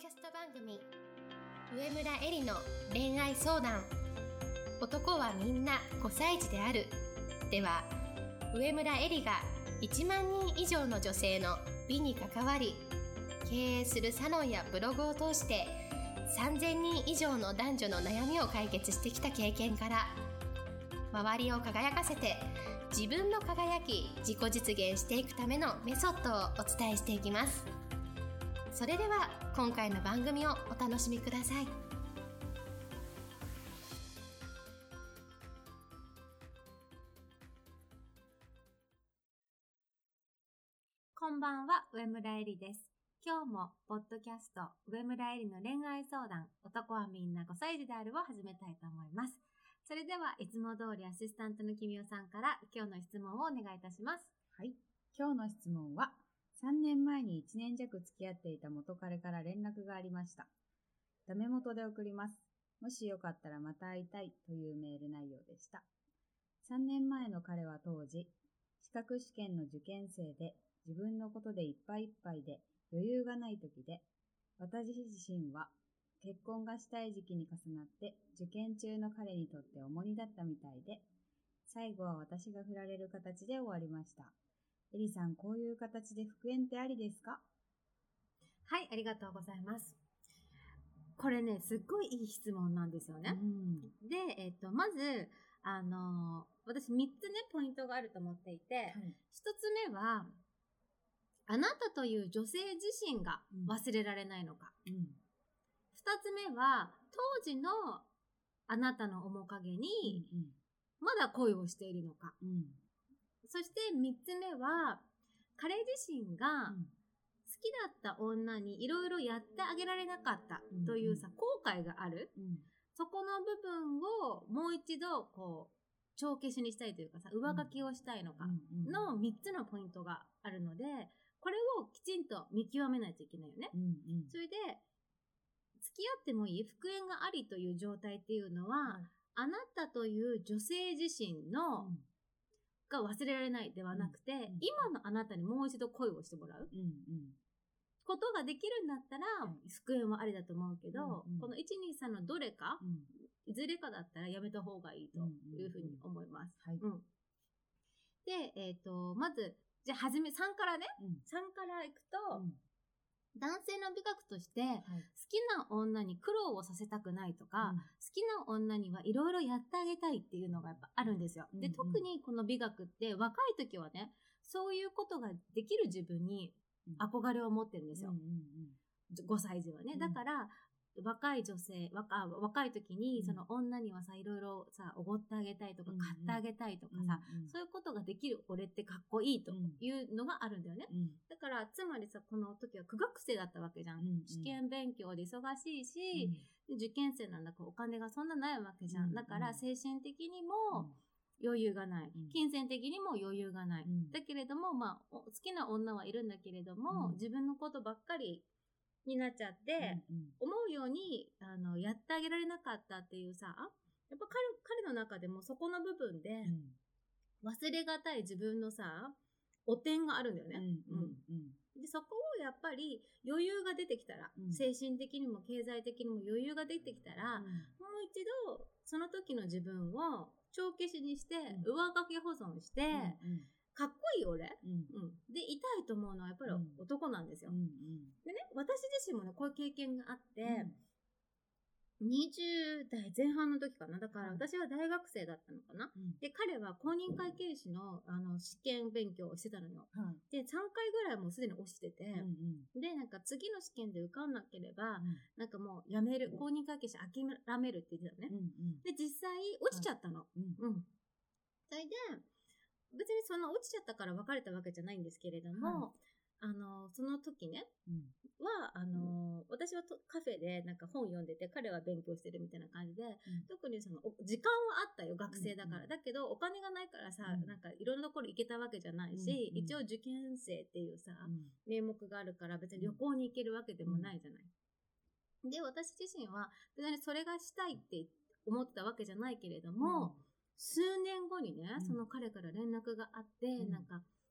キャスト番組上村えりの恋愛相談。男はみんな5歳児であるでは、上村えりが1万人以上の女性の美に関わり、経営するサロンやブログを通して3000人以上の男女の悩みを解決してきた経験から、周りを輝かせて自分も輝き自己実現していくためのメソッドをお伝えしていきます。それでは今回の番組をお楽しみください。 こんばんは、上村えりです。今日もポッドキャスト上村えりの恋愛相談、男はみんな5歳児であるを始めたいと思います。それではいつも通りアシスタントのきみおさんから今日の質問をお願いいたします。 はい。今日の質問は、3年前に1年弱付き合っていた元彼から連絡がありました。ダメ元で送ります。もしよかったらまた会いたいというメール内容でした。3年前の彼は当時、資格試験の受験生で自分のことでいっぱいいっぱいで余裕がない時で、私自身は結婚がしたい時期に重なって受験中の彼にとって重荷だったみたいで、最後は私が振られる形で終わりました。エリさん、こういう形で復縁ってありですか？ はい、ありがとうございます。これね、すっごいいい質問なんですよね。で、まず、私3つね、ポイントがあると思っていて、1つ目は、あなたという女性自身が忘れられないのか。2つ目は、当時のあなたの面影に、まだ恋をしているのか。そして3つ目は、彼自身が好きだった女にいろいろやってあげられなかったというさ、後悔がある。そこの部分をもう一度、帳消しにしたいというかさ、上書きをしたいのかの3つのポイントがあるので、これをきちんと見極めないといけないよね。それで、付き合ってもいい復縁がありという状態っていうのは、あなたという女性自身の、が忘れられないではなくて、今のあなたにもう一度恋をしてもらうことができるんだったら、復縁はありだと思うけど、この1、2、3のどれか、いずれかだったらやめた方がいいというふうに思います。で、まず、じゃあ初め3からね、3からいくと、男性の美学として、好きな女に苦労をさせたくないとか、好きな女にはいろいろやってあげたいっていうのがやっぱあるんですよ。で、特にこの美学って若い時はね、そういうことができる自分に憧れを持ってるんですよ。5歳児はね。だから、若い女性、若い時に、その女にはさ、いろいろさ、おごってあげたいとか、買ってあげたいとかさ、そういうことができる俺ってかっこいいというのがあるんだよね。だから、つまりさ、この時は苦学生だったわけじゃん。試験勉強で忙しいし、受験生なんだからお金がそんなないわけじゃん。だから、精神的にも余裕がない。金銭的にも余裕がない。だけれども、まあ、好きな女はいるんだけれども、自分のことばっかりになっちゃって、思うように、やってあげられなかったっていうさ、やっぱ彼の中でもそこの部分で、忘れがたい自分のさ、汚点があるんだよね。で、そこをやっぱり余裕が出てきたら、精神的にも経済的にも余裕が出てきたら、もう一度、その時の自分を帳消しにして、上書き保存して、かっこいい俺、で、痛いと思うのはやっぱり男なんですよ。でね、私自身もね、こういう経験があって、20代前半の時かな。だから私は大学生だったのかな。で、彼は公認会計士の、試験勉強をしてたのよ。で、3回ぐらいもうすでに落ちてて、で、なんか次の試験で受かんなければ、なんかもうやめる、公認会計士諦めるって言ってたのね。で、実際落ちちゃったの。それで、別にその落ちちゃったから別れたわけじゃないんですけれども、その時ね、私はカフェでなんか本読んでて、彼は勉強してるみたいな感じで、特にその、時間はあったよ、学生だから。だけど、お金がないからさ、なんかいろんなところ行けたわけじゃないし、一応受験生っていうさ、名目があるから別に旅行に行けるわけでもないじゃない。で、私自身は別にそれがしたいって思ってたわけじゃないけれども、数年後にね、その彼から連絡があって、なんか、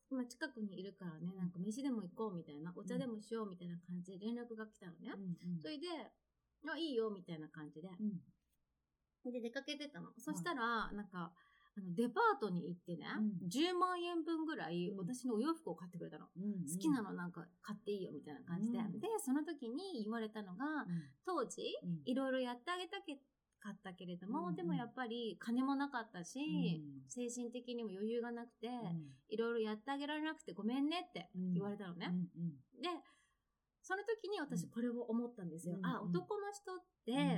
今近くにいるからね、なんか飯でも行こうみたいな、お茶でもしようみたいな感じで連絡が来たのね。それで、いいよみたいな感じで。で、出かけてたの。そしたら、なんか、デパートに行ってね、10万円分ぐらい私のお洋服を買ってくれたの。好きなのなんか買っていいよみたいな感じで。で、その時に言われたのが、当時、いろいろやってあげたかったけれども、でもやっぱり金もなかったし、精神的にも余裕がなくて、いろいろやってあげられなくてごめんねって言われたのね。で、その時に私これを思ったんですよ。あ、男の人って、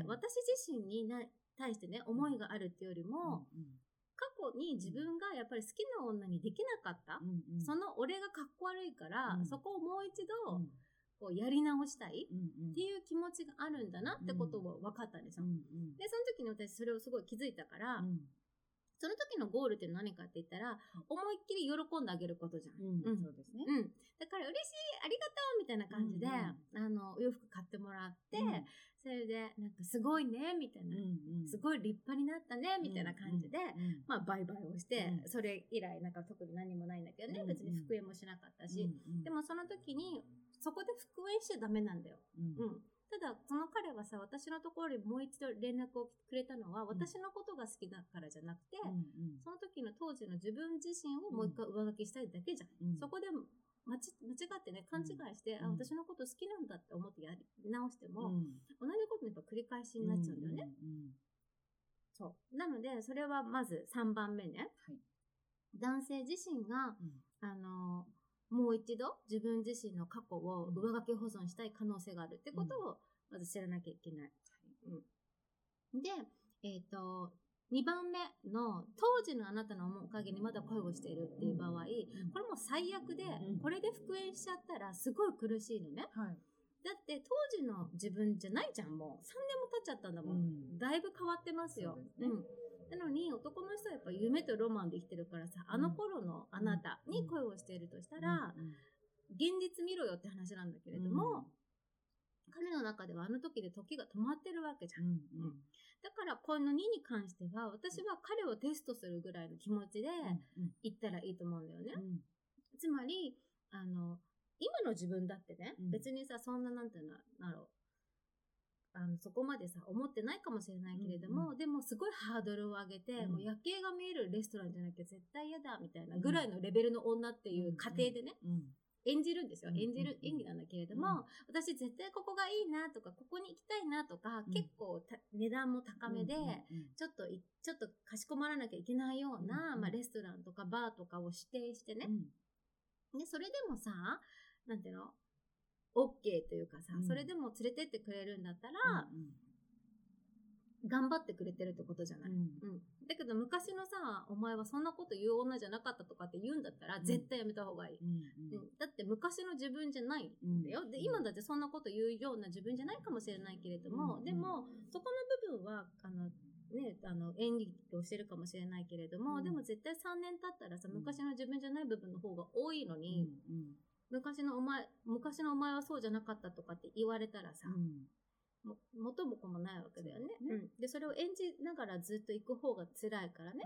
私自身に対してね、思いがあるっていうよりも、過去に自分がやっぱり好きな女にできなかった、その俺がかっこ悪いから、そこをもう一度、こうやり直したいっていう気持ちがあるんだなってことを分かったんですよ。で、その時に私それをすごい気づいたから、その時のゴールって何かって言ったら、思いっきり喜んであげることじゃん。 そうですね。 だから嬉しい、ありがとうみたいな感じで、お洋服買ってもらって、それで、なんかすごいね、みたいな、すごい立派になったね、みたいな感じで、まあ、バイバイをして、それ以来、なんか特に何もないんだけどね、別に復縁もしなかったし、でもその時に、そこで復縁しちゃダメなんだよ。ただ、その彼はさ、私のところにもう一度連絡をくれたのは、私のことが好きだからじゃなくて、その時の当時の自分自身をもう一回上書きしたいだけじゃん。そこで間違ってね、勘違いして、あ、私のこと好きなんだって思ってやり直しても、同じことのやっぱ繰り返しになっちゃうんだよね。そう。なので、それはまず3番目ね。男性自身が、もう一度自分自身の過去を上書き保存したい可能性があるってことをまず知らなきゃいけない。で、2番目の当時のあなたの面影にまだ恋をしているっていう場合、これも最悪で、これで復縁しちゃったらすごい苦しいのね。だって当時の自分じゃないじゃん、もう。3年も経っちゃったんだもん。だいぶ変わってますよ。なのに男の人はやっぱ夢とロマンで生きてるからさ、あの頃のあなたに恋をしているとしたら、現実見ろよって話なんだけれども、彼の中ではあの時で時が止まってるわけじゃん。だからこの2に関しては、私は彼をテストするぐらいの気持ちで行ったらいいと思うんだよね。つまり、今の自分だってね、別にさ、そんななんていうのだろう。そこまでさ、思ってないかもしれないけれども、でもすごいハードルを上げて、もう夜景が見えるレストランじゃなきゃ絶対嫌だみたいなぐらいのレベルの女っていう過程でね、演じるんですよ。演技なんだけれども、私絶対ここがいいなとか、ここに行きたいなとか、結構値段も高めで、ちょっとかしこまらなきゃいけないような、まあ、レストランとかバーとかを指定してね。で、それでもさ、なんていうのOK というかさ、それでも連れてってくれるんだったら、頑張ってくれてるってことじゃない。だけど昔のさ、お前はそんなこと言う女じゃなかったとかって言うんだったら、絶対やめた方がいい。だって昔の自分じゃないんだよ。で、今だってそんなこと言うような自分じゃないかもしれないけれども、でも、そこの部分は、演技をしてるかもしれないけれども、でも絶対3年経ったらさ、昔の自分じゃない部分の方が多いのに、昔のお前はそうじゃなかったとかって言われたらさ、元も子もないわけだよね。で、それを演じながらずっと行く方が辛いからね。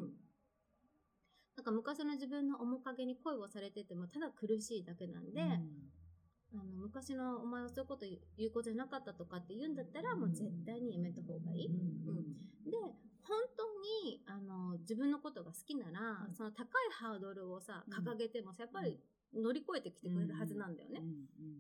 なんか昔の自分の面影に恋をされててもただ苦しいだけなんで、昔のお前はそういうこと言う子じゃなかったとかって言うんだったら、もう絶対にやめた方がいい。で、本当に自分のことが好きなら、その高いハードルをさ、掲げてもさ、やっぱり乗り越えてきてくれるはずなんだよね。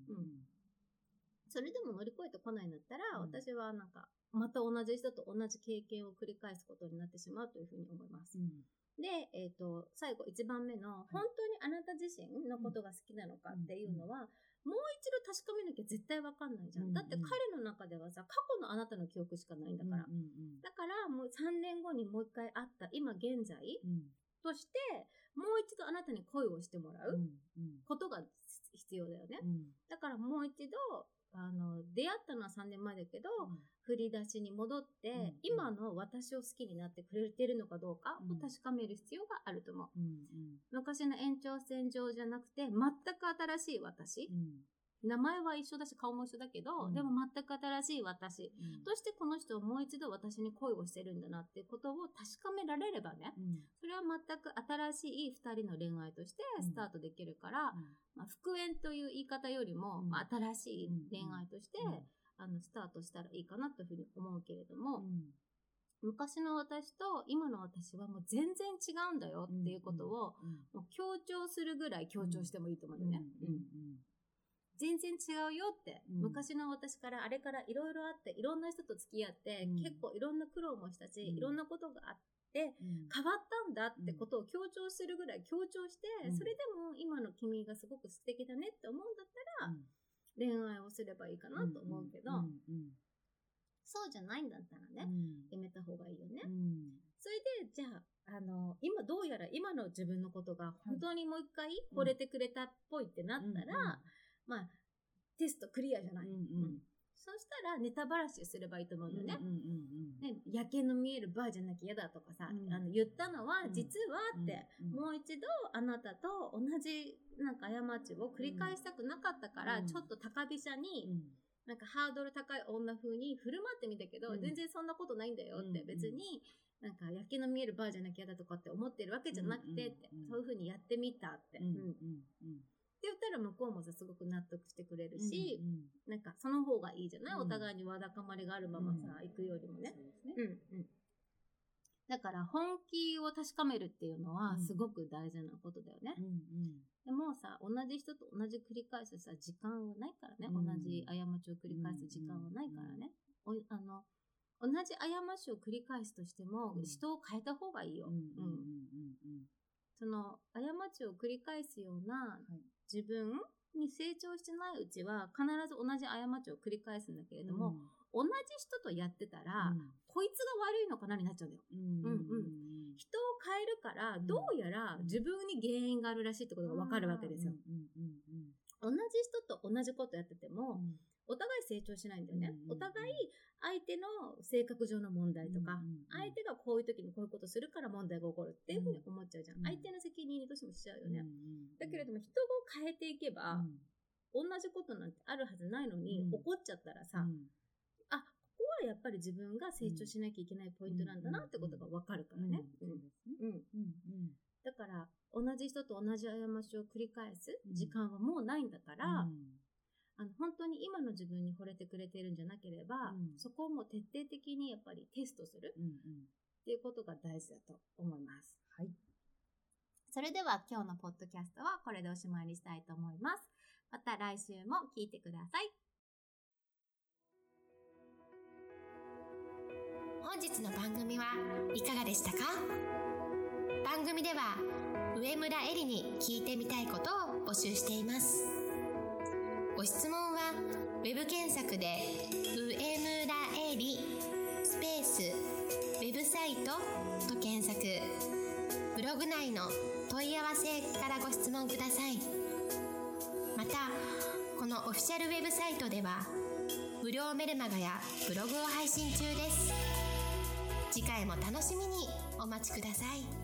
それでも乗り越えてこないんだったら、私はなんか、また同じ人と同じ経験を繰り返すことになってしまうというふうに思います。で、最後1番目の、本当にあなた自身のことが好きなのかっていうのは、もう一度確かめなきゃ絶対わかんないじゃん。だって彼の中ではさ、過去のあなたの記憶しかないんだから。だからもう3年後にもう一回会った今現在として、もう一度あなたに恋をしてもらうことが必要だよね。だからもう一度、出会ったのは3年前だけど、振り出しに戻って、今の私を好きになってくれてるのかどうかを確かめる必要があると思う。昔の延長線上じゃなくて、全く新しい私名前は一緒だし顔も一緒だけど、でも全く新しい私としてこの人をもう一度私に恋をしてるんだなっていうことを確かめられればね、それは全く新しい二人の恋愛としてスタートできるから、復縁という言い方よりも、新しい恋愛として、スタートしたらいいかなというふうに思うけれども、昔の私と今の私はもう全然違うんだよっていうことを、もう強調するぐらい強調してもいいと思うんだよね。全然違うよって、昔の私からあれからいろいろあって、いろんな人と付き合って、結構いろんな苦労もしたし、いろんなことがあって、変わったんだってことを強調するぐらい強調して、それでも今の君がすごく素敵だねって思うんだったら、恋愛をすればいいかなと思うけど、そうじゃないんだったらね、やめた方がいいよね。それで、じゃあ、今どうやら今の自分のことが本当にもう一回惚れてくれたっぽいってなったら、まあ、テストクリアじゃない。そしたらネタばらしすればいいと思うんだよね。夜景の見えるバーじゃなきゃ嫌だとかさ、言ったのは実はって、もう一度あなたと同じなんか過ちを繰り返したくなかったから、ちょっと高飛車に、なんかハードル高い女風に振る舞ってみたけど、全然そんなことないんだよって、別になんか夜景の見えるバーじゃなきゃ嫌だとかって思ってるわけじゃなくてって、そういう風にやってみたって。って言ったら向こうもさすごく納得してくれるし、なんかその方がいいじゃない、お互いにわだかまりがあるままさ、行くよりもね。だから本気を確かめるっていうのはすごく大事なことだよね。でもさ、同じ人と同じ繰り返すさ、時間はないからね。同じ過ちを繰り返す時間はないからね。同じ過ちを繰り返すとしても、人を変えた方がいいよ。その過ちを繰り返すような自分に成長してないうちは必ず同じ過ちを繰り返すんだけれども、同じ人とやってたら、こいつが悪いのかなになっちゃうんだよ。人を変えるから、どうやら自分に原因があるらしいってことがわかるわけですよ。同じ人と同じことやってても、お互い成長しないんだよね。お互い相手の性格上の問題とか、相手がこういう時にこういうことするから問題が起こるっていうふうに思っちゃうじゃん。相手の責任にどうしてもしちゃうよね。だけれども人を変えていけば、同じことなんてあるはずないのに、起こっちゃったらさ、あ、ここはやっぱり自分が成長しなきゃいけないポイントなんだなってことがわかるからね。だから、同じ人と同じ過ちを繰り返す時間はもうないんだから、本当に今の自分に惚れてくれてるんじゃなければ、そこをもう徹底的にやっぱりテストするっていうことが大事だと思います。 はい。 それでは今日のポッドキャストはこれでおしまいにしたいと思います。また来週も聞いてください。 本日の番組はいかがでしたか？番組では上村えりに聞いてみたいことを募集しています。ご質問はウェブ検索で上村えりスペースウェブサイトと検索、ブログ内の問い合わせからご質問ください。またこのオフィシャルウェブサイトでは無料メルマガやブログを配信中です。次回も楽しみにお待ちください。